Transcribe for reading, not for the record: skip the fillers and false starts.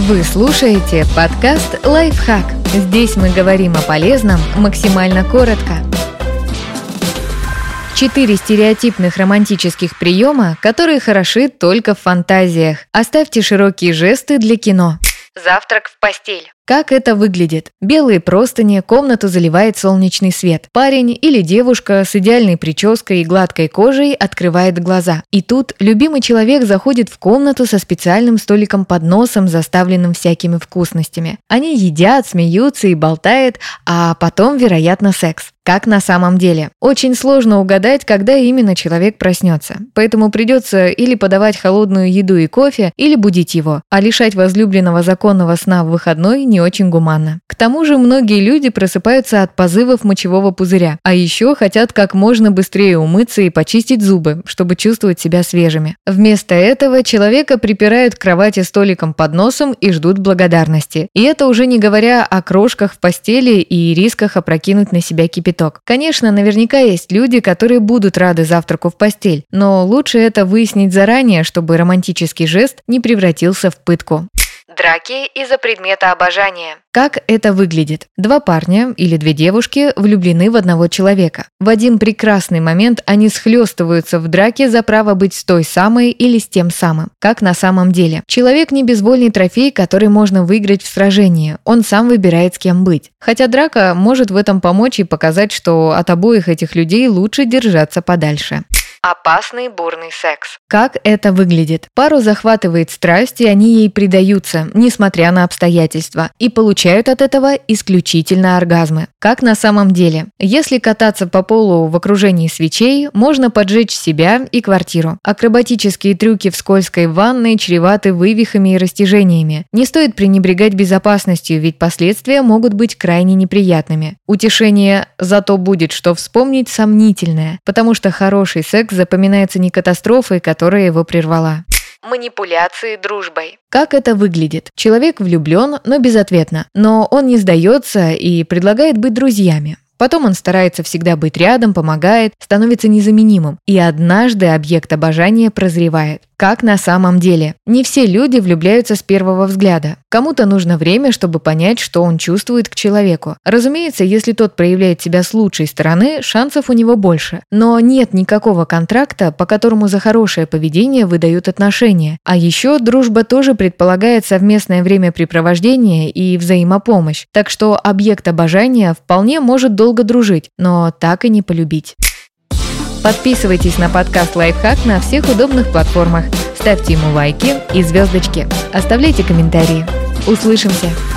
Вы слушаете подкаст «Лайфхак». Здесь мы говорим о полезном максимально коротко. 4 стереотипных романтических приема, которые хороши только в фантазиях. Оставьте широкие жесты для кино. Завтрак в постель. Как это выглядит? Белые простыни, комнату заливает солнечный свет. Парень или девушка с идеальной прической и гладкой кожей открывает глаза. И тут любимый человек заходит в комнату со специальным столиком-подносом, заставленным всякими вкусностями. Они едят, смеются и болтают, а потом, вероятно, секс. Как на самом деле. Очень сложно угадать, когда именно человек проснется. Поэтому придется или подавать холодную еду и кофе, или будить его. А лишать возлюбленного законного сна в выходной не очень гуманно. К тому же многие люди просыпаются от позывов мочевого пузыря, а еще хотят как можно быстрее умыться и почистить зубы, чтобы чувствовать себя свежими. Вместо этого человека припирают к кровати столиком под носом и ждут благодарности. И это уже не говоря о крошках в постели и рисках опрокинуть на себя кипяток. Конечно, наверняка есть люди, которые будут рады завтраку в постель, но лучше это выяснить заранее, чтобы романтический жест не превратился в пытку. Драки из-за предмета обожания. Как это выглядит? 2 парня или 2 девушки влюблены в одного человека. В один прекрасный момент они схлестываются в драке за право быть с той самой или с тем самым. Как на самом деле? Человек не безвольный трофей, который можно выиграть в сражении. Он сам выбирает, с кем быть. Хотя драка может в этом помочь и показать, что от обоих этих людей лучше держаться подальше. Опасный бурный секс. Как это выглядит? Пару захватывает страсть, и они ей предаются, несмотря на обстоятельства, и получают от этого исключительно оргазмы. Как на самом деле? Если кататься по полу в окружении свечей, можно поджечь себя и квартиру. Акробатические трюки в скользкой ванной чреваты вывихами и растяжениями. Не стоит пренебрегать безопасностью, ведь последствия могут быть крайне неприятными. Утешение «зато будет что вспомнить» сомнительное, потому что хороший секс запоминается не катастрофой, которая его прервала. Манипуляции дружбой. Как это выглядит? Человек влюблен, но безответно. Но он не сдается и предлагает быть друзьями. Потом он старается всегда быть рядом, помогает, становится незаменимым. И однажды объект обожания прозревает. Как на самом деле? Не все люди влюбляются с первого взгляда. Кому-то нужно время, чтобы понять, что он чувствует к человеку. Разумеется, если тот проявляет себя с лучшей стороны, шансов у него больше. Но нет никакого контракта, по которому за хорошее поведение выдают отношения. А еще дружба тоже предполагает совместное времяпрепровождение и взаимопомощь. Так что объект обожания вполне может долго дружить, но так и не полюбить. Подписывайтесь на подкаст «Лайфхак» на всех удобных платформах. Ставьте ему лайки и звездочки. Оставляйте комментарии. Услышимся!